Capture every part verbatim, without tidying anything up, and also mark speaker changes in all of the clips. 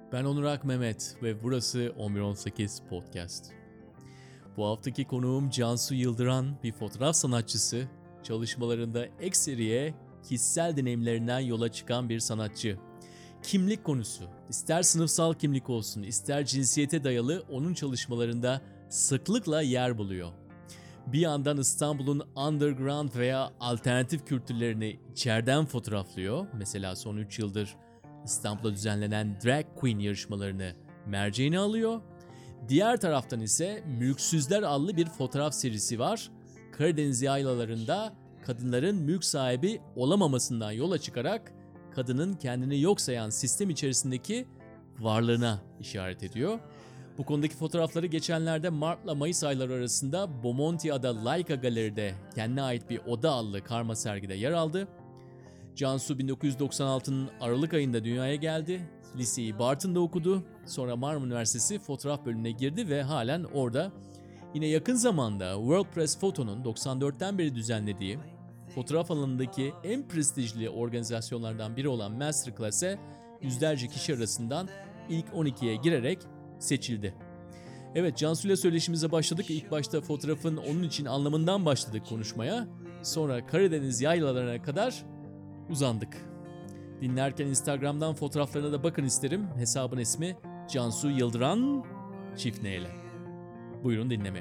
Speaker 1: Ben Onur Ak Mehmet ve burası on bir on sekiz Podcast. Bu haftaki konuğum Cansu Yıldıran, bir fotoğraf sanatçısı. Çalışmalarında ekseriye kişisel deneyimlerinden yola çıkan bir sanatçı. Kimlik konusu, ister sınıfsal kimlik olsun, ister cinsiyete dayalı onun çalışmalarında sıklıkla yer buluyor. Bir yandan İstanbul'un underground veya alternatif kültürlerini içeriden fotoğraflıyor. Mesela son üç yıldır İstanbul'da düzenlenen Drag Queen yarışmalarını merceğine alıyor. Diğer taraftan ise Mülksüzler adlı bir fotoğraf serisi var. Karadeniz yaylalarında kadınların mülk sahibi olamamasından yola çıkarak kadının kendini yok sayan sistem içerisindeki varlığına işaret ediyor. Bu konudaki fotoğrafları geçenlerde Mart'la Mayıs ayları arasında Bomontia'da Leica Galeri'de kendine ait bir oda adlı karma sergide yer aldı. Cansu bin dokuz yüz doksan altı'nın Aralık ayında dünyaya geldi. Liseyi Bartın'da okudu. Sonra Marmara Üniversitesi fotoğraf bölümüne girdi ve halen orada. Yine yakın zamanda World Press Photo'nun doksan dört'ten beri düzenlediği fotoğraf alanındaki en prestijli organizasyonlardan biri olan Masterclass'e yüzlerce kişi arasından ilk on ikiye girerek seçildi. Evet, Cansu ile söyleşimize başladık. İlk başta fotoğrafın onun için anlamından başladık konuşmaya. Sonra Karadeniz yaylalarına kadar uzandık. Dinlerken Instagram'dan fotoğraflarına da bakın isterim. Hesabın ismi Cansu Yıldıran çift N ile. Buyurun dinlemeye.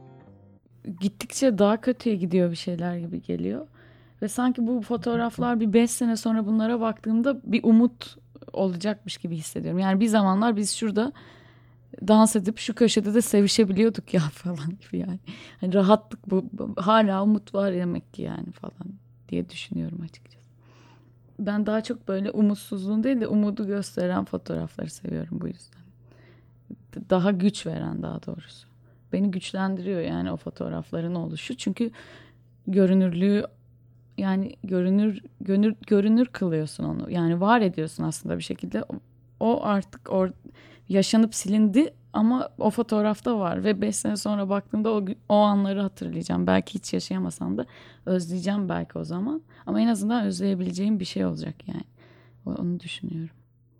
Speaker 2: Gittikçe daha kötüye gidiyor bir şeyler gibi geliyor. Ve sanki bu fotoğraflar bir beş sene sonra bunlara baktığımda bir umut olacakmış gibi hissediyorum. Yani bir zamanlar biz şurada dans edip şu köşede de sevişebiliyorduk ya falan gibi yani. Hani rahatlık bu, hala umut var demek ki yani falan diye düşünüyorum açıkçası. Ben daha çok böyle umutsuzluğun değil de umudu gösteren fotoğrafları seviyorum bu yüzden. Daha güç veren, daha doğrusu. Beni güçlendiriyor yani o fotoğrafların oluşu. Çünkü görünürlüğü, yani görünür görünür, görünür kılıyorsun onu. Yani var ediyorsun aslında bir şekilde. O artık or, yaşanıp silindi ama o fotoğrafta var. Ve beş sene sonra baktığımda o, o anları hatırlayacağım. Belki hiç yaşayamasam da özleyeceğim belki o zaman. Ama en azından özleyebileceğim bir şey olacak yani. Onu düşünüyorum.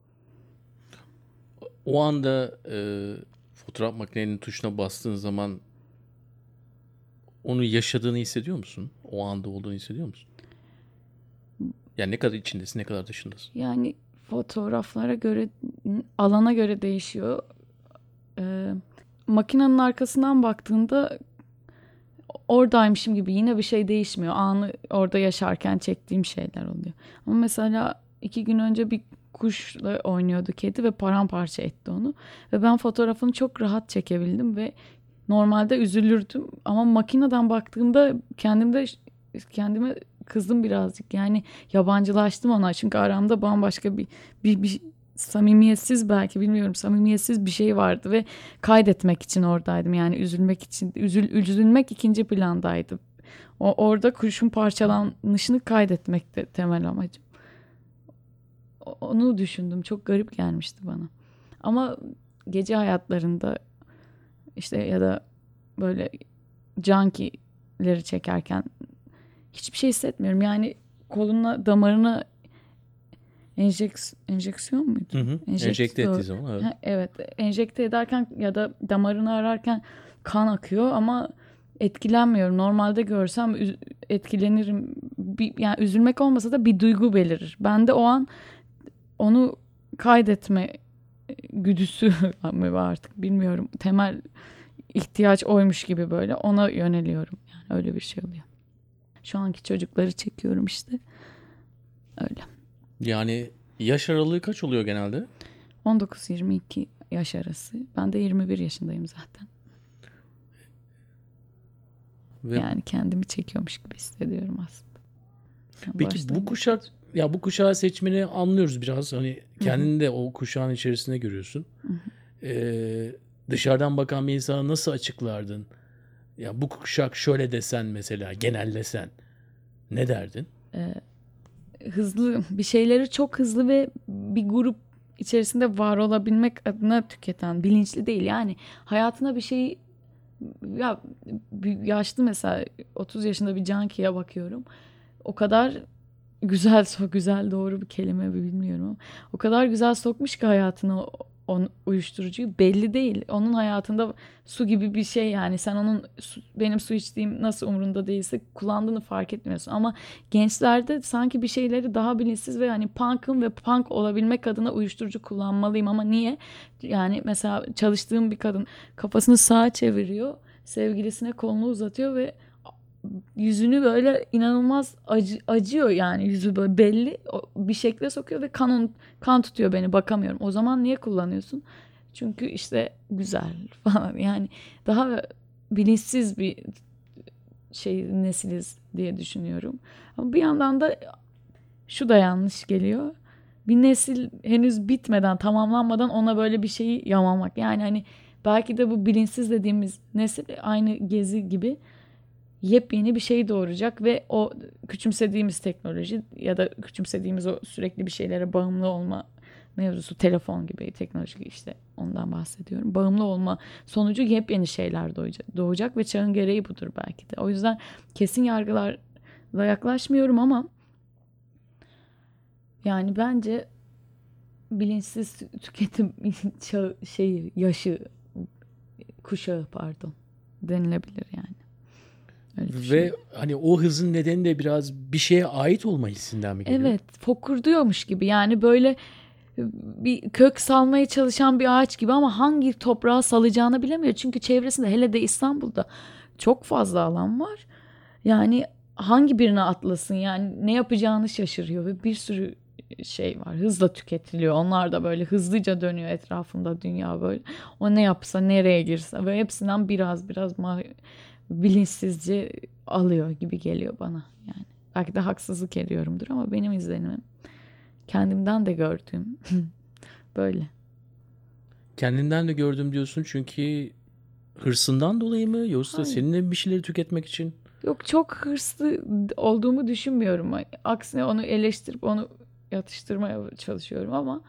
Speaker 3: O anda e, fotoğraf makinenin tuşuna bastığın zaman onu yaşadığını hissediyor musun? O anda olduğunu hissediyor musun? Yani ne kadar içindesin, ne kadar dışındasın?
Speaker 2: Yani fotoğraflara göre, alana göre değişiyor. Ee, makinenin arkasından baktığında oradaymışım gibi, yine bir şey değişmiyor. Anı orada yaşarken çektiğim şeyler oluyor. Ama mesela iki gün önce bir kuşla oynuyordu kedi ve paramparça etti onu. Ve ben fotoğrafını çok rahat çekebildim ve normalde üzülürdüm. Ama makineden baktığımda kendimde kendime kızdım birazcık. Yani yabancılaştım ona. Çünkü aramda bambaşka bir, bir, bir samimiyetsiz, belki bilmiyorum, samimiyetsiz bir şey vardı ve kaydetmek için oradaydım. Yani üzülmek için, üzül, üzülmek ikinci plandaydı. O, orada kuşun parçalanışını kaydetmekti temel amacım. Onu düşündüm. Çok garip gelmişti bana. Ama gece hayatlarında işte ya da böyle junkileri çekerken hiçbir şey hissetmiyorum. Yani koluna, damarına enjeks, enjeksiyon muydu?
Speaker 3: Hı hı. Enjekte ettiği zaman. Evet.
Speaker 2: Ha, evet. Enjekte ederken ya da damarını ararken kan akıyor ama etkilenmiyorum. Normalde görsem üz- etkilenirim. Bir, yani üzülmek olmasa da bir duygu belirir. Ben de o an onu kaydetme güdüsü mü var artık bilmiyorum. Temel ihtiyaç oymuş gibi böyle ona yöneliyorum. Yani öyle bir şey oluyor. Şu anki çocukları çekiyorum işte. Öyle.
Speaker 3: Yani yaş aralığı kaç oluyor genelde?
Speaker 2: on dokuz yirmi iki yaş arası. Ben de yirmi bir yaşındayım zaten. Ve... Yani kendimi çekiyormuş gibi hissediyorum aslında. Yani
Speaker 3: peki bu kuşak, ya bu kuşağı seçmeni anlıyoruz biraz. Hani kendini de o kuşağın içerisinde görüyorsun. Ee, dışarıdan bakan bir insana nasıl açıklardın? Ya bu kuşak şöyle desen, mesela genellesen ne derdin?
Speaker 2: Ee, hızlı bir şeyleri çok hızlı ve bir grup içerisinde var olabilmek adına tüketen, bilinçli değil. Yani hayatına bir şey, ya yaşlı mesela otuz yaşında bir junkieye bakıyorum. O kadar güzel so güzel doğru bir kelime mi bilmiyorum ama o kadar güzel sokmuş ki hayatına o, o uyuşturucuyu, belli değil. Onun hayatında su gibi bir şey yani, sen onun su, benim su içtiğim nasıl umrunda değilse kullandığını fark etmiyorsun. Ama gençlerde sanki bir şeyleri daha bilinçsiz ve hani punk'ım ve punk olabilmek adına uyuşturucu kullanmalıyım ama niye? Yani mesela çalıştığım bir kadın kafasını sağa çeviriyor, sevgilisine kolunu uzatıyor ve yüzünü böyle inanılmaz acı, acıyor yani, yüzü böyle belli bir şekle sokuyor ve kan, kan tutuyor beni, bakamıyorum. O zaman niye kullanıyorsun? Çünkü işte güzel falan yani, daha bilinçsiz bir şey nesiliz diye düşünüyorum. Ama bir yandan da şu da yanlış geliyor. Bir nesil henüz bitmeden, tamamlanmadan ona böyle bir şeyi yamamak. Yani hani belki de bu bilinçsiz dediğimiz nesil aynı Gezi gibi yepyeni bir şey doğuracak ve o küçümsediğimiz teknoloji ya da küçümsediğimiz o sürekli bir şeylere bağımlı olma mevzusu, telefon gibi teknoloji, işte ondan bahsediyorum. Bağımlı olma sonucu yepyeni şeyler doğacak, doğacak ve çağın gereği budur belki de. O yüzden kesin yargılarla yaklaşmıyorum ama yani bence bilinçsiz tüketim çağı, şeyi, yaşı, kuşağı pardon denilebilir yani.
Speaker 3: Ve hani o hızın nedeni de biraz bir şeye ait olma hissinden mi geliyor?
Speaker 2: Evet, fokurduyormuş gibi yani, böyle bir kök salmaya çalışan bir ağaç gibi ama hangi toprağa salacağını bilemiyor. Çünkü çevresinde, hele de İstanbul'da çok fazla alan var. Yani hangi birine atlasın, yani ne yapacağını şaşırıyor ve bir sürü şey var, hızla tüketiliyor. Onlar da böyle hızlıca dönüyor etrafında, dünya böyle. O ne yapsa, nereye girse ve hepsinden biraz biraz ma- bilinçsizce alıyor gibi geliyor bana yani. Belki de haksızlık ediyorumdur ama benim izlenimim, kendimden de gördüğüm böyle.
Speaker 3: Kendinden de gördüm diyorsun çünkü hırsından dolayı mı, yoksa
Speaker 2: Hayır.
Speaker 3: seninle bir şeyleri tüketmek için?
Speaker 2: Yok, çok hırslı olduğumu düşünmüyorum. Aksine onu eleştirip onu yatıştırmaya çalışıyorum ama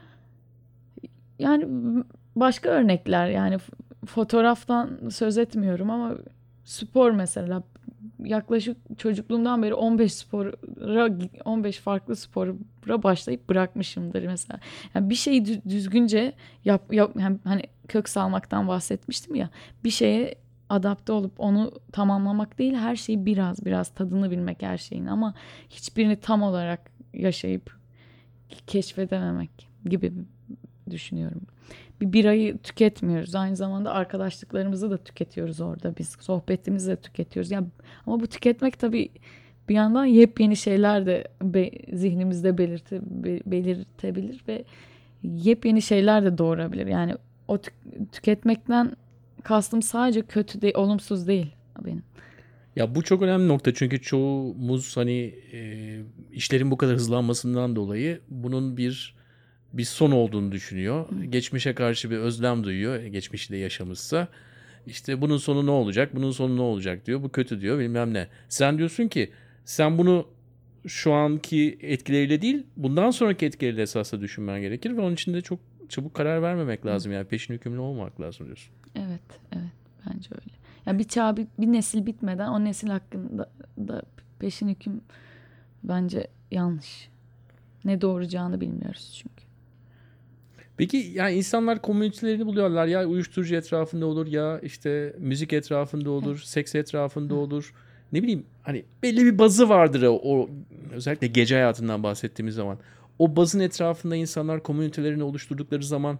Speaker 2: yani başka örnekler, yani fotoğraftan söz etmiyorum ama spor mesela, yaklaşık çocukluğumdan beri on beş spora on beş farklı spora başlayıp bırakmışımdır mesela. Yani bir şeyi düzgünce yap, yap yani hani kök salmaktan bahsetmiştim ya, bir şeye adapte olup onu tamamlamak değil, her şeyi biraz biraz tadını bilmek her şeyin, ama hiçbirini tam olarak yaşayıp keşfedememek gibi düşünüyorum. Bir birayı tüketmiyoruz, aynı zamanda arkadaşlıklarımızı da tüketiyoruz orada, biz sohbetimizi de tüketiyoruz. Yani ama bu tüketmek tabii bir yandan yepyeni şeyler de be, zihnimizde belirte, be, belirtebilir ve yepyeni şeyler de doğurabilir. Yani o tük- tüketmekten kastım sadece kötü değil, olumsuz değil benim.
Speaker 3: Ya bu çok önemli nokta, çünkü çoğumuz hani e, işlerin bu kadar hızlanmasından dolayı bunun bir bir son olduğunu düşünüyor. Hı. Geçmişe karşı bir özlem duyuyor. Geçmişi de yaşamışsa. İşte bunun sonu ne olacak? Bunun sonu ne olacak diyor. Bu kötü diyor, bilmem ne. Sen diyorsun ki sen bunu şu anki etkileriyle değil, bundan sonraki etkileriyle esasla düşünmen gerekir ve onun için de çok çabuk karar vermemek lazım. Yani peşin hükümlü olmamak lazım diyorsun.
Speaker 2: Evet, evet. Bence öyle. Yani bir çağ, bir, bir nesil bitmeden o nesil hakkında da peşin hüküm bence yanlış. Ne doğuracağını bilmiyoruz çünkü.
Speaker 3: Peki yani insanlar komünitelerini buluyorlar, ya uyuşturucu etrafında olur, ya işte müzik etrafında olur, evet, seks etrafında evet, olur. Ne bileyim, hani belli bir bazı vardır o, o özellikle gece hayatından bahsettiğimiz zaman. O bazın etrafında insanlar komünitelerini oluşturdukları zaman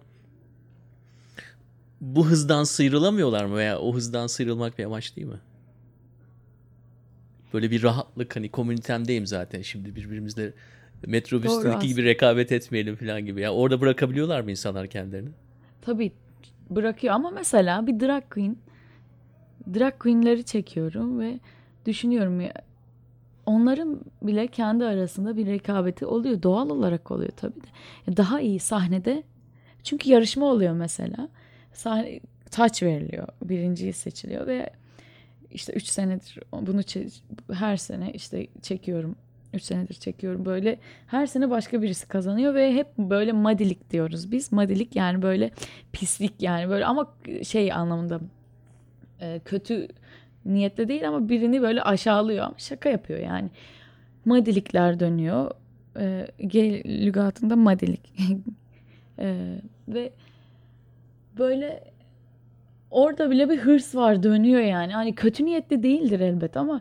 Speaker 3: bu hızdan sıyrılamıyorlar mı, veya o hızdan sıyrılmak bir amaç değil mi? Böyle bir rahatlık, hani komünitemdeyim zaten, şimdi birbirimizle metrobüsteki gibi rekabet etmeyelim falan gibi. Yani orada bırakabiliyorlar mı insanlar kendilerini?
Speaker 2: Tabii bırakıyor ama mesela bir drag queen, drag queenleri çekiyorum ve düşünüyorum ya, onların bile kendi arasında bir rekabeti oluyor. Doğal olarak oluyor tabii de. Daha iyi sahnede, çünkü yarışma oluyor mesela. Sahne, taç veriliyor, birinciyi seçiliyor ve işte üç senedir bunu çe- her sene işte çekiyorum. Üç senedir çekiyorum böyle. Her sene başka birisi kazanıyor ve hep böyle madilik diyoruz biz. Madilik yani böyle pislik yani, böyle ama şey anlamında, kötü niyetle değil ama birini böyle aşağılıyor, ama şaka yapıyor yani. Madilikler dönüyor. E, gay lügatında madilik. e, ve böyle orada bile bir hırs var, dönüyor yani. Hani kötü niyetli değildir elbet ama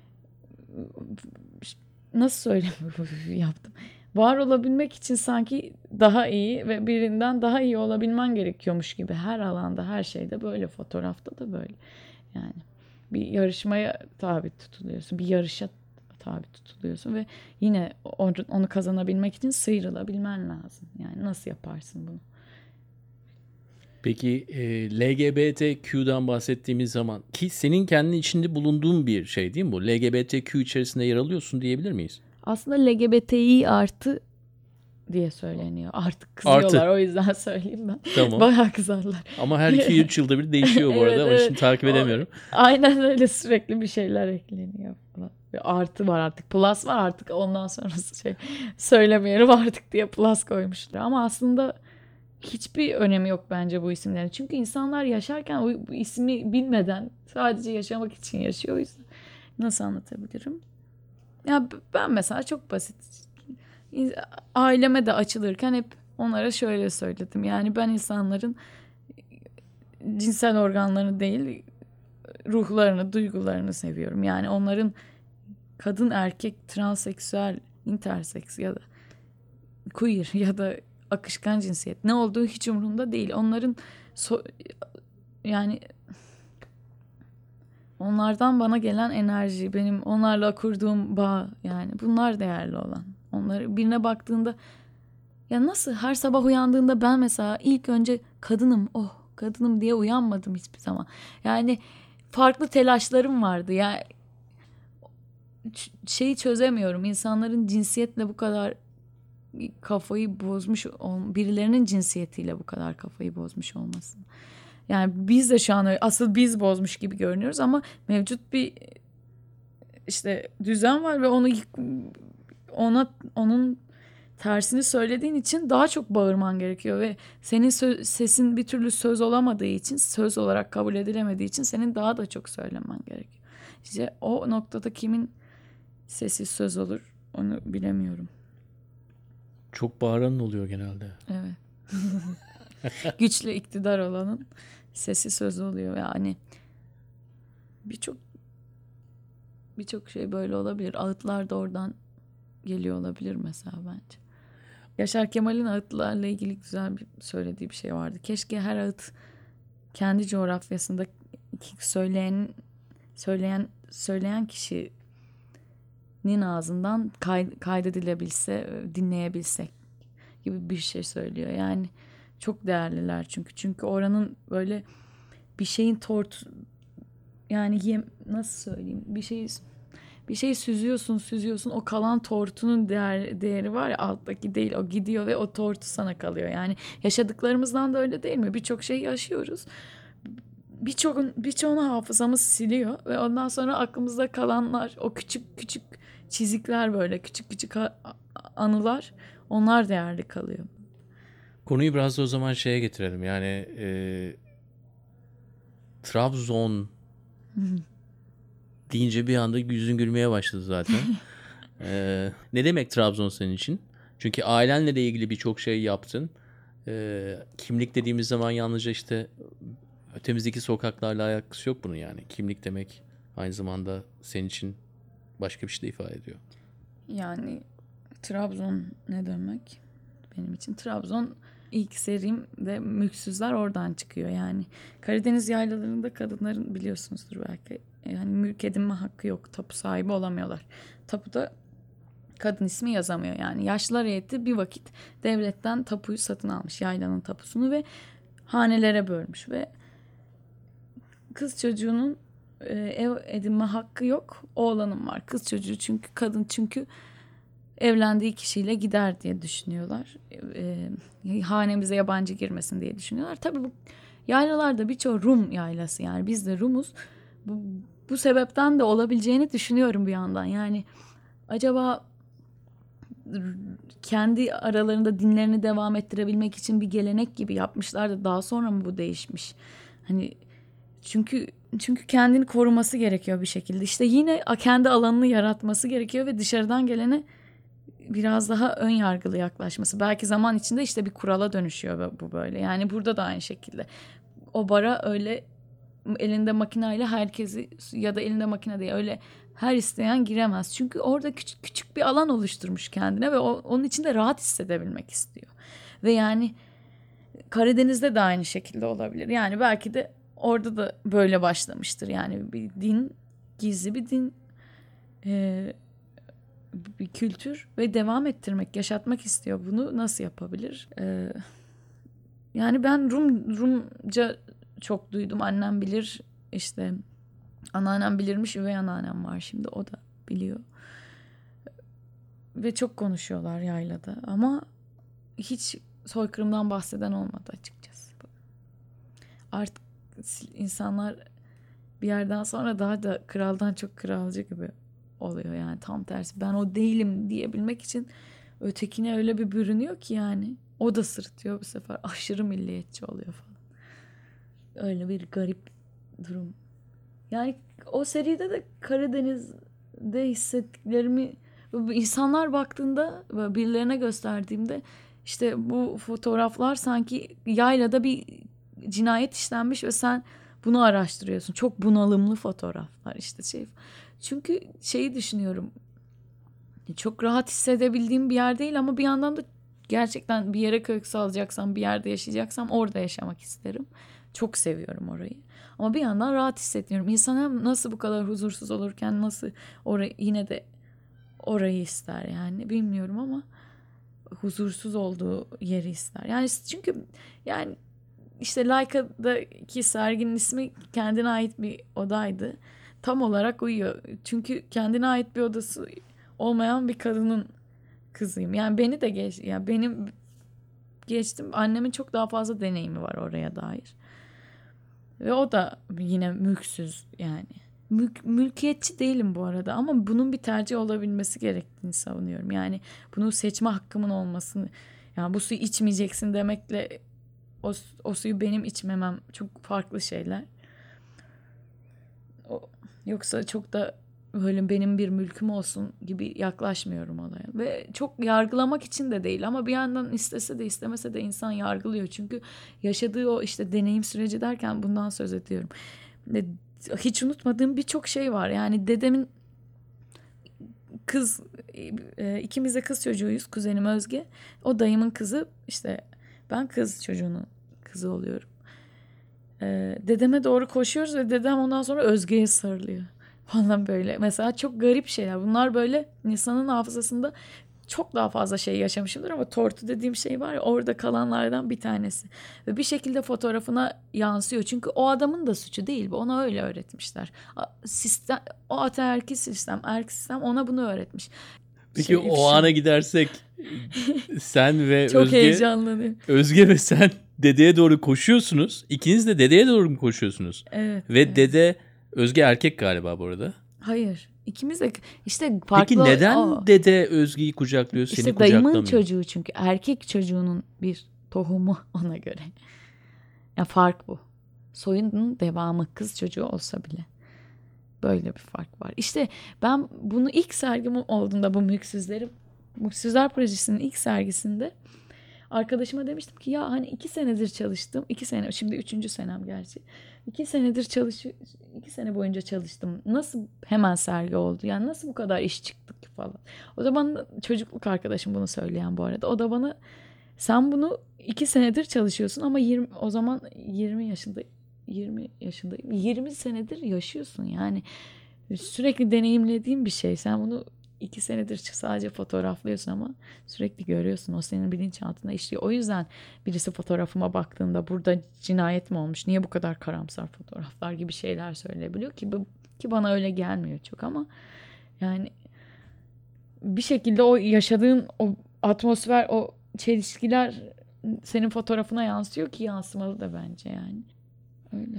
Speaker 2: nasıl söyleyeyim yaptım. Var olabilmek için sanki daha iyi ve birinden daha iyi olabilmen gerekiyormuş gibi, her alanda, her şeyde böyle, fotoğrafta da böyle. Yani bir yarışmaya tabi tutuluyorsun, bir yarışa tabi tutuluyorsun ve yine onu kazanabilmek için sıyrılabilmen lazım. Yani nasıl yaparsın bunu?
Speaker 3: Peki e, L G B T Q'dan bahsettiğimiz zaman, ki senin kendin içinde bulunduğun bir şey değil mi bu? L G B T Q içerisinde yer alıyorsun diyebilir miyiz?
Speaker 2: Aslında L G B T İ artı diye söyleniyor. Artık kızıyorlar,
Speaker 3: Artı.
Speaker 2: O yüzden söyleyeyim ben.
Speaker 3: Tamam.
Speaker 2: Bayağı kızarlar.
Speaker 3: Ama her iki üç yılda bir değişiyor bu arada.
Speaker 2: Evet,
Speaker 3: Onun
Speaker 2: evet.
Speaker 3: için takip edemiyorum.
Speaker 2: O, aynen öyle, sürekli bir şeyler ekleniyor falan. Bir artı var artık. Plus var artık. Ondan sonrası şey söylemeyelim artık diye plus koymuşlar. Ama aslında hiçbir önemi yok bence bu isimlerin. Çünkü insanlar yaşarken o, bu ismi bilmeden sadece yaşamak için yaşıyor. O yüzden nasıl anlatabilirim? Ya ben mesela çok basit. Aileme de açılırken hep onlara şöyle söyledim. Yani ben insanların cinsel organlarını değil, ruhlarını, duygularını seviyorum. Yani onların kadın, erkek, transseksüel, interseks ya da queer ya da akışkan cinsiyet ne olduğu hiç umurumda değil. Onların so- yani onlardan bana gelen enerji, benim onlarla kurduğum bağ, yani bunlar değerli olan. Onları birine baktığında, ya nasıl her sabah uyandığında ben mesela ilk önce kadınım, oh kadınım diye uyanmadım hiçbir zaman. Yani farklı telaşlarım vardı. Yani şeyi çözemiyorum. İnsanların cinsiyetle bu kadar kafayı bozmuş, birilerinin cinsiyetiyle bu kadar kafayı bozmuş olması. Yani biz de şu an öyle, asıl biz bozmuş gibi görünüyoruz ama mevcut bir işte düzen var ve onu ona onun tersini söylediğin için daha çok bağırman gerekiyor ve senin sö- sesin bir türlü söz olamadığı için, söz olarak kabul edilemediği için senin daha da çok söylemen gerekiyor. İşte o noktada kimin sesi söz olur onu bilemiyorum.
Speaker 3: Çok bağıranın oluyor genelde.
Speaker 2: Evet. Güçlü iktidar olanın sesi söz oluyor yani. Birçok birçok şey böyle olabilir. Ağıtlar da oradan geliyor olabilir mesela bence. Yaşar Kemal'in ağıtlarla ilgili güzel bir söylediği bir şey vardı. Keşke her ağıt kendi coğrafyasında söyleyen söyleyen söyleyen kişinin ağzından kay, kaydedilebilse, dinleyebilsek gibi bir şey söylüyor. Yani çok değerliler çünkü. Çünkü oranın böyle bir şeyin tort yani yem, nasıl söyleyeyim? Bir şey bir şey süzüyorsun, süzüyorsun. O kalan tortunun değer, değeri var ya, alttaki değil, o gidiyor ve o tortu sana kalıyor. Yani yaşadıklarımızdan da öyle değil mi? Birçok şey yaşıyoruz. Birçok birçoğunu hafızamız siliyor ve ondan sonra aklımızda kalanlar, o küçük küçük çizikler, böyle küçük küçük anılar, onlar değerli kalıyor.
Speaker 3: Konuyu biraz da o zaman şeye getirelim. Yani e, Trabzon deyince bir anda yüzün gülmeye başladı zaten. e, ne demek Trabzon senin için? Çünkü ailenle de ilgili birçok şey yaptın. E, kimlik dediğimiz zaman yalnızca işte ötemizdeki sokaklarla alakası yok bunun yani. Kimlik demek aynı zamanda senin için başka bir şey de ifade ediyor.
Speaker 2: Yani Trabzon ne demek? Benim için Trabzon, ilk serim de Mülksüzler oradan çıkıyor. Yani Karadeniz yaylalarında kadınların, biliyorsunuzdur belki, yani mülk edinme hakkı yok. Tapu sahibi olamıyorlar. Tapuda kadın ismi yazamıyor. Yani yaşlılar heyeti bir vakit devletten tapuyu satın almış, yaylanın tapusunu, ve hanelere bölmüş ve kız çocuğunun e, ev edinme hakkı yok. Oğlanın var. Kız çocuğu çünkü, kadın çünkü evlendiği kişiyle gider diye düşünüyorlar. E, hanemize yabancı girmesin diye düşünüyorlar. Tabii bu yaylalarda birçoğu Rum yaylası, yani biz de Rumuz. Bu, bu sebepten de olabileceğini düşünüyorum bir yandan. Yani acaba kendi aralarında dinlerini devam ettirebilmek için bir gelenek gibi yapmışlar da daha sonra mı bu değişmiş? Hani Çünkü çünkü kendini koruması gerekiyor bir şekilde. İşte yine kendi alanını yaratması gerekiyor ve dışarıdan gelene biraz daha ön yargılı yaklaşması. Belki zaman içinde işte bir kurala dönüşüyor bu böyle. Yani burada da aynı şekilde. O bara öyle elinde makineyle herkesi ya da elinde makine değil öyle her isteyen giremez. Çünkü orada küçük küçük bir alan oluşturmuş kendine ve o, onun içinde rahat hissedebilmek istiyor. Ve yani Karadeniz'de de aynı şekilde olabilir. Yani belki de orada da böyle başlamıştır. Yani bir din, gizli bir din, e, bir kültür ve devam ettirmek, yaşatmak istiyor. Bunu nasıl yapabilir? E, yani ben Rum Rumca çok duydum. Annem bilir, işte anneannem bilirmiş, üvey anneannem var şimdi, o da biliyor. Ve çok konuşuyorlar yaylada ama hiç soykırımdan bahseden olmadı açıkçası. Artık insanlar bir yerden sonra daha da kraldan çok kralcı gibi oluyor yani, tam tersi. Ben o değilim diyebilmek için ötekine öyle bir bürünüyor ki yani o da sırıtıyor bu sefer, aşırı milliyetçi oluyor falan. Öyle bir garip durum. Yani o seride de Karadeniz'de hissettiklerimi insanlar baktığında, birilerine gösterdiğimde, işte bu fotoğraflar sanki yaylada bir cinayet işlenmiş ve sen bunu araştırıyorsun. Çok bunalımlı fotoğraflar işte şey. Çünkü şeyi düşünüyorum. Çok rahat hissedebildiğim bir yer değil ama bir yandan da gerçekten bir yere kök salacaksam, bir yerde yaşayacaksam orada yaşamak isterim. Çok seviyorum orayı. Ama bir yandan rahat hissetmiyorum. İnsan hem nasıl bu kadar huzursuz olurken nasıl orayı, yine de orayı ister yani, bilmiyorum ama huzursuz olduğu yeri ister. Yani çünkü yani işte Layka'daki serginin ismi kendine ait bir odaydı. Tam olarak uyuyor. Çünkü kendine ait bir odası olmayan bir kadının kızıyım. Yani beni de geç, yani benim geçtim, annemin çok daha fazla deneyimi var oraya dair. Ve o da yine mülksüz yani. Mülk, mülkiyetçi değilim bu arada ama bunun bir tercih olabilmesi gerektiğini savunuyorum. Yani bunu seçme hakkımın olmasını, yani bu suyu içmeyeceksin demekle o, o suyu benim içmemem çok farklı şeyler. O, yoksa çok da böyle benim bir mülküm olsun gibi yaklaşmıyorum olaya. Ve çok yargılamak için de değil ama bir yandan istese de istemese de insan yargılıyor. Çünkü yaşadığı o işte deneyim süreci derken bundan söz ediyorum. Hiç unutmadığım birçok şey var. Yani dedemin kız, ikimiz de kız çocuğuyuz. Kuzenim Özge. O dayımın kızı, işte ben kız çocuğunun kızı oluyorum. Dedeme doğru koşuyoruz ve dedem ondan sonra Özge'ye sarılıyor falan böyle. Mesela çok garip şeyler. Bunlar böyle insanın hafızasında çok daha fazla şey yaşamışımdır ama tortu dediğim şey var ya, orada kalanlardan bir tanesi. Ve bir şekilde fotoğrafına yansıyor. Çünkü o adamın da suçu değil bu. Ona öyle öğretmişler. Sistem, o ataerkil sistem, erkil sistem ona bunu öğretmiş.
Speaker 3: Peki
Speaker 2: şey,
Speaker 3: o
Speaker 2: ifşa.
Speaker 3: ana gidersek sen ve
Speaker 2: çok
Speaker 3: Özge,
Speaker 2: heyecanlanıyorum.
Speaker 3: Özge ve sen dedeye doğru koşuyorsunuz. İkiniz de dedeye doğru mu koşuyorsunuz?
Speaker 2: Evet.
Speaker 3: Ve
Speaker 2: evet.
Speaker 3: dede, Özge erkek galiba bu arada.
Speaker 2: Hayır. İkimiz de işte farklı.
Speaker 3: Peki neden
Speaker 2: o.
Speaker 3: dede Özge'yi kucaklıyor, seni
Speaker 2: İşte
Speaker 3: kucaklamıyor?
Speaker 2: dayımın çocuğu, çünkü erkek çocuğunun bir tohumu ona göre. Ya fark bu. Soyunun devamı kız çocuğu olsa bile. Böyle bir fark var. İşte ben bunu ilk sergim olduğunda, bu Mülksüzlerim, Mülksüzler Projesi'nin ilk sergisinde arkadaşıma demiştim ki ya hani iki senedir çalıştım. iki sene, şimdi üçüncü senem gerçi. İki senedir çalış, iki sene boyunca çalıştım. Nasıl hemen sergi oldu? Yani nasıl bu kadar iş çıktı ki falan. O zaman çocukluk arkadaşım bunu söyleyen bu arada. O da bana sen bunu iki senedir çalışıyorsun ama yirmi, o zaman yirmi yaşında yirmi yaşındayım. yirmi senedir yaşıyorsun yani. Sürekli deneyimlediğin bir şey. Sen bunu iki senedir sadece fotoğraflıyorsun ama sürekli görüyorsun. O senin bilinçaltına işliyor. O yüzden birisi fotoğrafıma baktığında burada cinayet mi olmuş? Niye bu kadar karamsar fotoğraflar gibi şeyler söyleyebiliyor ki, ki bana öyle gelmiyor çok ama yani bir şekilde o yaşadığın o atmosfer, o çelişkiler senin fotoğrafına yansıyor ki yansımalı da bence yani. Öyle.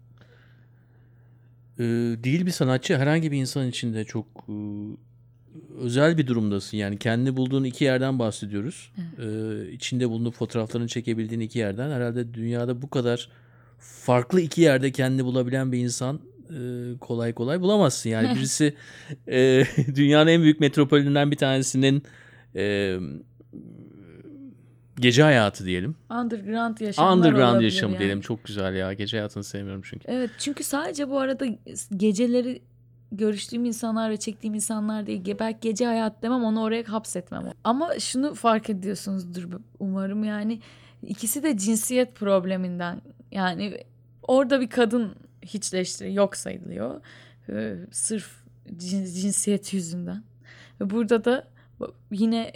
Speaker 3: Ee, değil bir sanatçı, herhangi bir insan için de çok e, özel bir durumdasın. Yani kendini bulduğun iki yerden bahsediyoruz.
Speaker 2: Evet.
Speaker 3: Ee, içinde bulunduğun fotoğraflarını çekebildiğin iki yerden. Herhalde dünyada bu kadar farklı iki yerde kendini bulabilen bir insan e, kolay kolay bulamazsın. Yani birisi e, dünyanın en büyük metropolünden bir tanesinin e, gece hayatı diyelim.
Speaker 2: Underground yaşamlar
Speaker 3: Underground
Speaker 2: olabilir
Speaker 3: yaşamı
Speaker 2: yani.
Speaker 3: diyelim. Çok güzel ya. Gece hayatını sevmiyorum çünkü.
Speaker 2: Evet, çünkü sadece bu arada geceleri görüştüğüm insanlar ve çektiğim insanlar değil. Ge- Belki gece hayat demem, onu oraya hapsetmem. Ama şunu fark ediyorsunuzdur umarım, yani ikisi de cinsiyet probleminden. Yani orada bir kadın hiçleştiriyor, yok sayılıyor. Ee, sırf cins- cinsiyet yüzünden. Ve burada da yine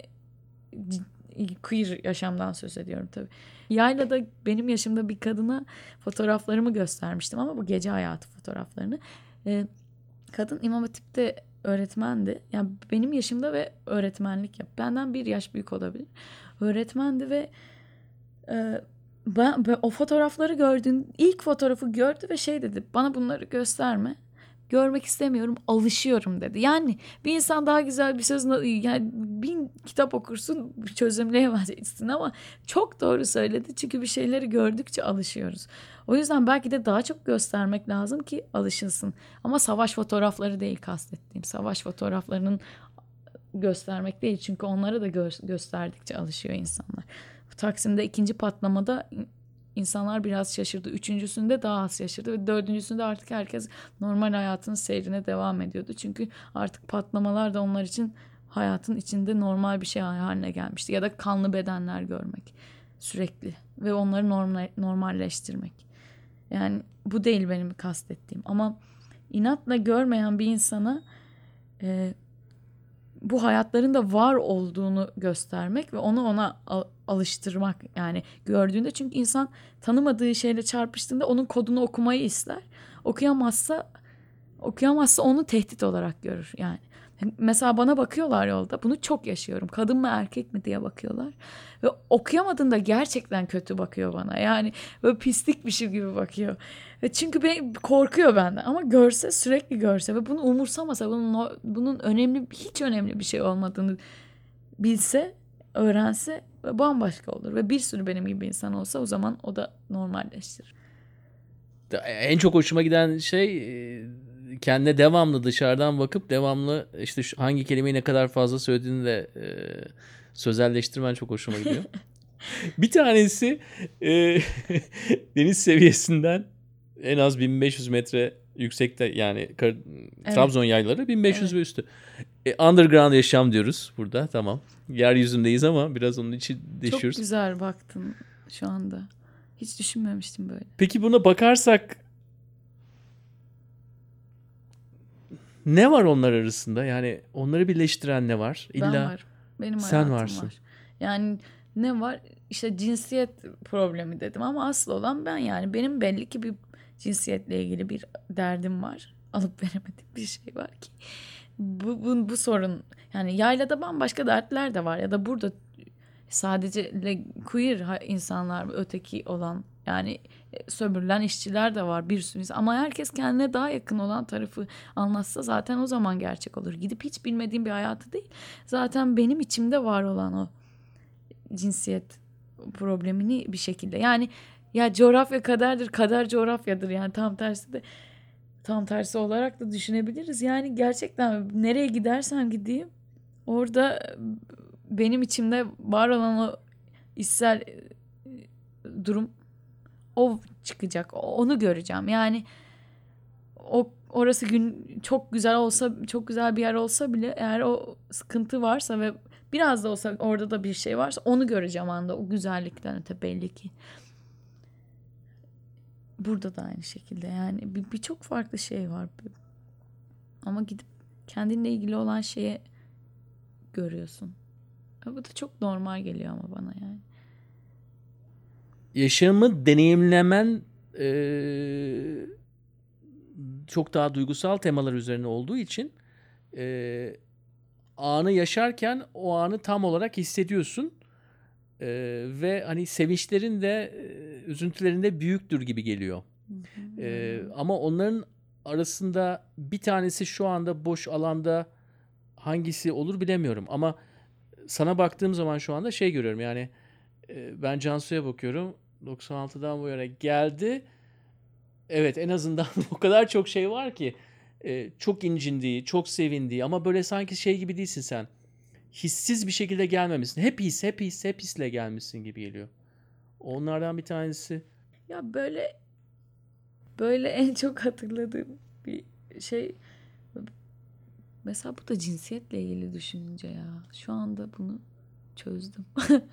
Speaker 2: c- queer yaşamdan söz ediyorum tabii. Yaylada benim yaşımda bir kadına fotoğraflarımı göstermiştim ama bu gece hayatı fotoğraflarını. Ee, kadın İmam Hatip'te öğretmendi. Yani benim yaşımda ve öğretmenlik yap. Benden bir yaş büyük olabilir. Öğretmendi ve e, ben, ben o fotoğrafları gördüğün ilk fotoğrafı gördü ve şey dedi, bana bunları gösterme. Görmek istemiyorum, alışıyorum dedi. Yani bir insan daha güzel bir söz, yani bin kitap okursun çözümleyemezsin ama çok doğru söyledi. Çünkü bir şeyleri gördükçe alışıyoruz. O yüzden belki de daha çok göstermek lazım ki alışılsın. Ama savaş fotoğrafları değil kastettiğim. Savaş fotoğraflarının göstermek değil. Çünkü onlara da gö- gösterdikçe alışıyor insanlar. Taksim'de ikinci patlamada İnsanlar biraz şaşırdı. Üçüncüsünde daha az şaşırdı. Ve dördüncüsünde artık herkes normal hayatının seyrine devam ediyordu. Çünkü artık patlamalar da onlar için hayatın içinde normal bir şey haline gelmişti. Ya da kanlı bedenler görmek sürekli. Ve onları normal, normalleştirmek. Yani bu değil benim kastettiğim. Ama inatla görmeyen bir insana e, bu hayatlarında var olduğunu göstermek ve onu ona al- alıştırmak, yani gördüğünde, çünkü insan tanımadığı şeyle çarpıştığında onun kodunu okumayı ister. Okuyamazsa okuyamazsa onu tehdit olarak görür yani. Mesela bana bakıyorlar yolda. Bunu çok yaşıyorum. Kadın mı erkek mi diye bakıyorlar. Ve okuyamadığında gerçekten kötü bakıyor bana. Yani böyle pislikmişim gibi bakıyor. Ve çünkü ben, korkuyor benden. Ama görse, sürekli görse ve bunu umursamasa, bunun, bunun önemli, hiç önemli bir şey olmadığını bilse, öğrense bambaşka olur. Ve bir sürü benim gibi insan olsa o zaman o da normalleştirir.
Speaker 3: En çok hoşuma giden şey kendine devamlı dışarıdan bakıp devamlı işte şu hangi kelimeyi ne kadar fazla söylediğini de e, sözelleştirmen çok hoşuma gidiyor. Bir tanesi e, deniz seviyesinden en az bin beş yüz metre yüksekte, yani Kar-
Speaker 2: Evet.
Speaker 3: Trabzon yayları bin beş yüz
Speaker 2: Evet.
Speaker 3: ve üstü. E, underground yaşam diyoruz burada, tamam. Yeryüzündeyiz ama biraz onun için deşiyoruz.
Speaker 2: Çok güzel baktın şu anda. Hiç düşünmemiştim böyle.
Speaker 3: Peki buna bakarsak ne var onlar arasında? Yani onları birleştiren ne var? İlla
Speaker 2: Ben varım. Benim
Speaker 3: sen
Speaker 2: hayatım
Speaker 3: varsın.
Speaker 2: var. Yani ne var? İşte cinsiyet problemi dedim ama asıl olan ben yani. Benim belli ki bir cinsiyetle ilgili bir derdim var. Alıp veremediğim bir şey var ki. Bu, bu, bu sorun. Yani yaylada bambaşka dertler de var. Ya da burada sadece queer insanlar, öteki olan, yani sömürülen işçiler de var, bir sürü insan. Ama herkes kendine daha yakın olan tarafı anlatsa zaten o zaman gerçek olur. Gidip hiç bilmediğim bir hayatı değil. Zaten benim içimde var olan o cinsiyet problemini bir şekilde. Yani ya coğrafya kaderdir, kader coğrafyadır. Yani tam tersi de tam tersi olarak da düşünebiliriz. Yani gerçekten nereye gidersem gideyim orada benim içimde var olan o içsel durum, o çıkacak. Onu göreceğim. Yani o orası gün çok güzel olsa, çok güzel bir yer olsa bile, eğer o sıkıntı varsa ve biraz da olsa orada da bir şey varsa, onu göreceğim anda. O güzellikten öte belli ki. Burada da aynı şekilde. Yani bir birçok farklı şey var. Ama gidip kendinle ilgili olan şeye görüyorsun. Bu da çok normal geliyor ama bana yani.
Speaker 3: Yaşamı deneyimlemen e, çok daha duygusal temalar üzerine olduğu için e, anı yaşarken o anı tam olarak hissediyorsun. E, ve hani sevinçlerin de e, üzüntülerin de büyüktür gibi geliyor. E, ama onların arasında bir tanesi şu anda boş alanda hangisi olur bilemiyorum. Ama sana baktığım zaman şu anda şey görüyorum, yani e, ben Cansu'ya bakıyorum. doksan altıdan bu yana geldi.
Speaker 1: evet, en azından o kadar çok şey var ki e, çok incindiği, çok sevindiği ama böyle sanki şey gibi değilsin sen. Hissiz bir şekilde gelmemişsin. Hep his, hep his, hep hisle gelmişsin gibi geliyor. Onlardan bir tanesi.
Speaker 2: Ya böyle böyle en çok hatırladığım bir şey, mesela bu da cinsiyetle ilgili düşününce ya. Şu anda bunu çözdüm.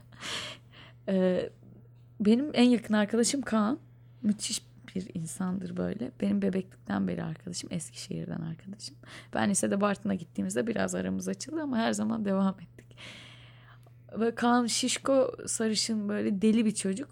Speaker 2: Ee, benim en yakın arkadaşım Kaan. Müthiş bir insandır böyle. Benim bebeklikten beri arkadaşım. Eskişehir'den arkadaşım. Ben lisede Bartın'a gittiğimizde biraz aramız açıldı ama her zaman devam ettik. Ve Kaan şişko, sarışın, böyle deli bir çocuk.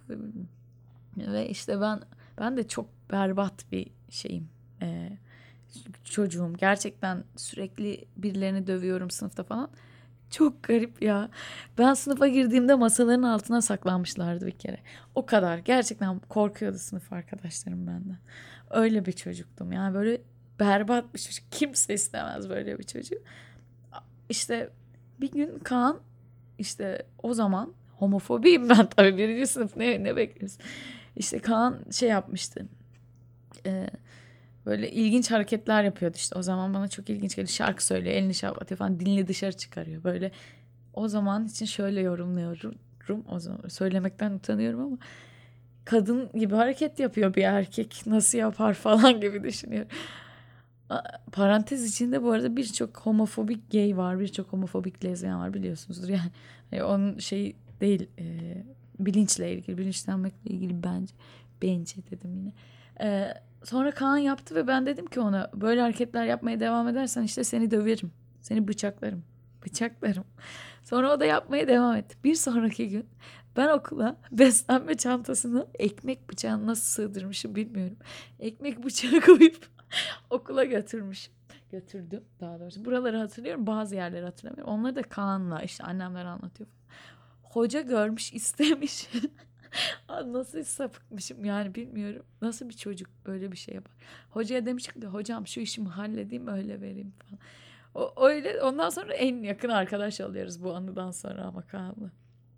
Speaker 2: Ve işte ben ben de çok berbat bir şeyim. Ee, çocuğum. Gerçekten sürekli birilerini dövüyorum sınıfta falan. Çok garip ya. Ben sınıfa girdiğimde masaların altına saklanmışlardı bir kere. O kadar. Gerçekten korkuyordu sınıf arkadaşlarım benden. Öyle bir çocuktum. Yani böyle berbat bir çocuk. Kimse istemez böyle bir çocuk. İşte bir gün Kaan, işte o zaman homofobiyim ben tabii. Birinci sınıf ne, ne bekliyorsun? İşte Kaan şey yapmıştı. Eee Böyle ilginç hareketler yapıyordu işte. O zaman bana çok ilginç geliyor. Şarkı söylüyor, elini şaplatıyor falan. Dilini dışarı çıkarıyor. Böyle o zaman için şöyle yorumluyorum. O zaman söylemekten utanıyorum ama kadın gibi hareket yapıyor bir erkek. Nasıl yapar falan gibi düşünüyorum. Parantez içinde bu arada birçok homofobik gay var. Birçok homofobik lezbiyen var, biliyorsunuzdur. Yani, yani onun şey değil. E, bilinçle ilgili, bilinçlenmekle ilgili bence. Bence dedim yine. Eee Sonra Kaan yaptı ve ben dedim ki ona, böyle hareketler yapmaya devam edersen işte seni döverim. Seni bıçaklarım. Bıçaklarım. Sonra o da yapmaya devam etti. Bir sonraki gün ben okula beslenme çantasını ekmek bıçağını nasıl sığdırmışım bilmiyorum. Ekmek bıçağı koyup okula götürmüşüm. Götürdüm daha doğrusu. Buraları hatırlıyorum, bazı yerleri hatırlamıyorum. Onları da Kaan'la işte annemler anlatıyor. Hoca görmüş, istemiş. Nasıl sapıkmışım yani bilmiyorum. Nasıl bir çocuk böyle bir şey yapar. Hocaya demiş ki, hocam şu işimi halledeyim öyle vereyim falan. O, öyle ondan sonra en yakın arkadaş oluyoruz bu anıdan sonra ama Kaan'la.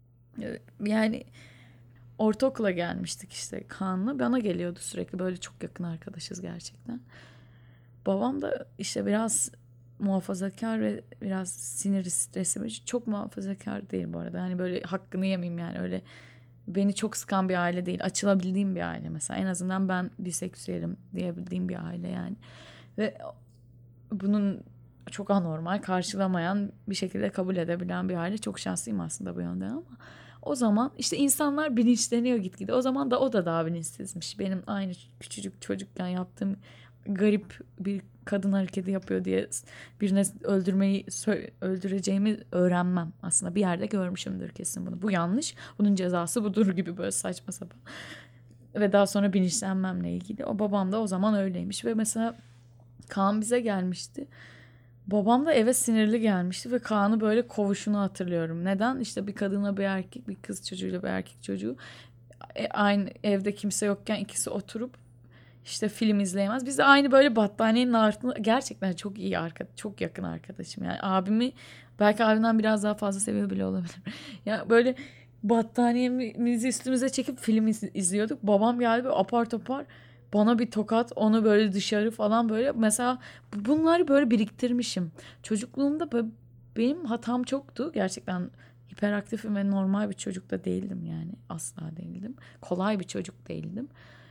Speaker 2: Yani ortaokula gelmiştik işte Kaan'la. Bana geliyordu sürekli, böyle çok yakın arkadaşız gerçekten. Babam da işte biraz muhafazakar ve biraz sinir stresi. Çok muhafazakar değil bu arada. Yani böyle hakkını yemeyeyim yani, öyle beni çok sıkan bir aile değil. Açılabildiğim bir aile mesela. En azından ben biseksüelim diyebildiğim bir aile yani. Ve bunun çok anormal, karşılamayan, bir şekilde kabul edebilen bir aile. Çok şanslıyım aslında bu yönden ama o zaman işte insanlar bilinçleniyor gitgide. O zaman da o da daha bilinçsizmiş. Benim aynı küçücük çocukken yaptığım garip bir kadın hareketi yapıyor diye birine öldürmeyi öldüreceğimi öğrenmem. Aslında bir yerde görmüşümdür kesin bunu. Bu yanlış. Bunun cezası budur gibi böyle saçma sapan. Ve daha sonra bilinçlenmemle ilgili. O babam da o zaman öyleymiş ve mesela Kaan bize gelmişti. Babam da eve sinirli gelmişti ve Kaan'ı böyle kovuşunu hatırlıyorum. Neden? İşte bir kadınla bir erkek, bir kız çocuğuyla bir erkek çocuğu e, aynı evde kimse yokken ikisi oturup işte film izleyemez. Biz de aynı böyle battaniyenin altında, gerçekten çok iyi arkadaş, çok yakın arkadaşım. Yani abimi belki abimden biraz daha fazla seviyor bile olabilir. Ya böyle battaniyemizi üstümüze çekip film iz, izliyorduk. Babam geldi böyle apar topar bana bir tokat, onu böyle dışarı falan böyle. Mesela bunları böyle biriktirmişim. Çocukluğumda böyle benim hatam çoktu. Gerçekten hiperaktifim ve normal bir çocuk da değildim yani. Asla değildim. Kolay bir çocuk değildim.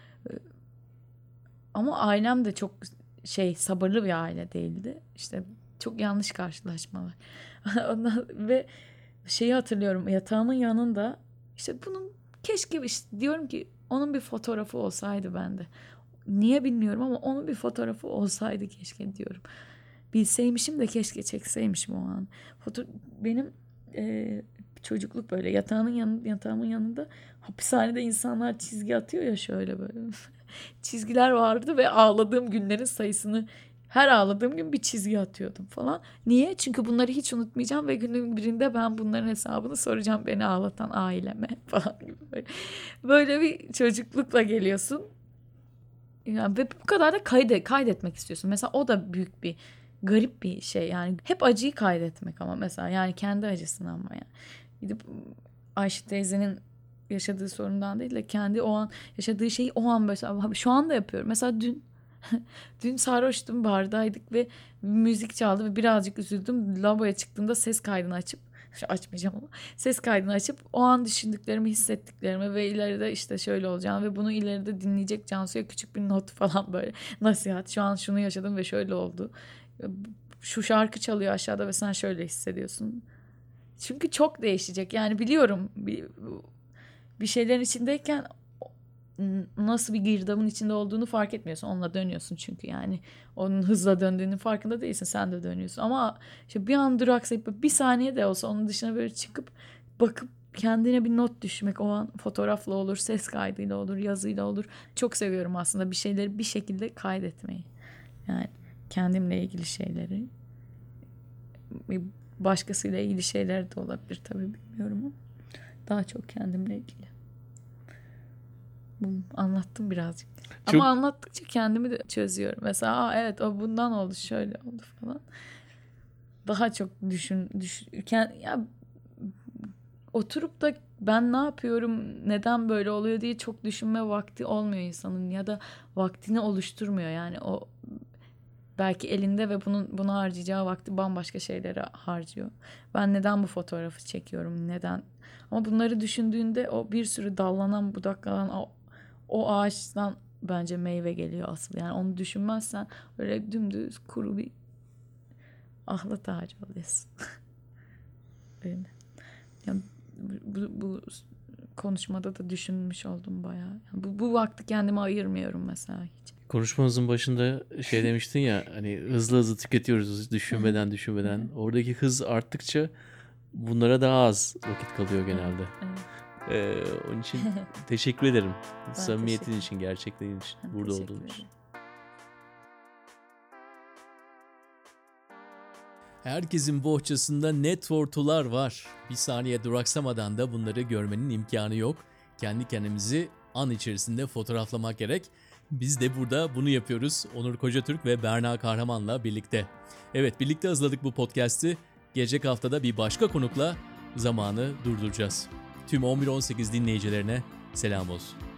Speaker 2: Ama ailem de çok şey, sabırlı bir aile değildi. İşte çok yanlış karşılaşmalar. Ondan ve şeyi hatırlıyorum, yatağımın yanında işte bunun keşke işte diyorum ki onun bir fotoğrafı olsaydı bende. Niye bilmiyorum ama onun bir fotoğrafı olsaydı keşke diyorum. Bilseymişim de keşke çekseymişim o an. Foto benim e, çocukluk böyle yatağının yanı, yatağımın yanında hapishanede insanlar çizgi atıyor ya şöyle böyle. Çizgiler vardı ve ağladığım günlerin sayısını, her ağladığım gün bir çizgi atıyordum falan. Niye? Çünkü bunları hiç unutmayacağım ve günün birinde ben bunların hesabını soracağım beni ağlatan aileme falan gibi. Böyle, böyle bir çocuklukla geliyorsun. Yani ve bu kadar da kaydet, kaydetmek istiyorsun. Mesela o da büyük bir garip bir şey. Yani hep acıyı kaydetmek ama mesela yani kendi acısını ama yani. Gidip Ayşe teyzenin yaşadığı sorundan değil de kendi o an yaşadığı şeyi o an böyle şu anda yapıyorum. Mesela dün dün sarhoştum, bardaydık ve müzik çaldı ve birazcık üzüldüm. Lavaboya çıktığımda ses kaydını açıp açmayacağım ama ses kaydını açıp o an düşündüklerimi, hissettiklerimi ve ileride işte şöyle olacağını ve bunu ileride dinleyecek Cansu'ya küçük bir not falan böyle nasihat. Şu an şunu yaşadım ve şöyle oldu. Şu şarkı çalıyor aşağıda ve sen şöyle hissediyorsun. Çünkü çok değişecek. Yani biliyorum bir, bir şeylerin içindeyken nasıl bir girdabın içinde olduğunu fark etmiyorsun. Onunla dönüyorsun çünkü yani. Onun hızla döndüğünün farkında değilsin. Sen de dönüyorsun. Ama işte bir an duraksayıp bir saniye de olsa onun dışına böyle çıkıp bakıp kendine bir not düşmek. O an fotoğrafla olur, ses kaydıyla olur, yazıyla olur. Çok seviyorum aslında bir şeyleri bir şekilde kaydetmeyi. Yani kendimle ilgili şeyleri. Başkasıyla ilgili şeyler de olabilir tabii, bilmiyorum ama daha çok kendimle ilgili. Anlattım birazcık. Çok... Ama anlattıkça kendimi de çözüyorum. Mesela Aa, evet o bundan oldu, şöyle oldu falan. Daha çok düşün, düşün ya oturup da ben ne yapıyorum, neden böyle oluyor diye çok düşünme vakti olmuyor insanın ya da vaktini oluşturmuyor. Yani o belki elinde ve bunun buna harcayacağı vakti bambaşka şeylere harcıyor. Ben neden bu fotoğrafı çekiyorum? Neden? Ama bunları düşündüğünde o bir sürü dallanan, budaklanan o, o ağaçtan bence meyve geliyor asıl. Yani onu düşünmezsen öyle dümdüz kuru bir ahlat ağacı oluyorsun. Öyle. Yani bu, bu konuşmada da düşünmüş oldum bayağı. Yani bu, bu vakti kendime ayırmıyorum mesela hiç.
Speaker 3: Konuşmamızın başında şey demiştin ya, hani hızlı hızlı tüketiyoruz düşünmeden düşünmeden. Oradaki hız arttıkça bunlara daha az vakit kalıyor genelde. Evet. Ee, onun için teşekkür ederim. Samimiyetin teşekkür için, gerçekliğin için, ben burada olduğun için.
Speaker 1: Herkesin bohçasında network'lar var. Bir saniye duraksamadan da bunları görmenin imkanı yok. Kendi kendimizi an içerisinde fotoğraflamak gerek. Biz de burada bunu yapıyoruz. Onur Kocatürk ve Berna Kahraman'la birlikte. Evet, birlikte hazırladık bu podcast'i. Gelecek haftada bir başka konukla zamanı durduracağız. Tüm on bir on sekiz dinleyicilerine selam olsun.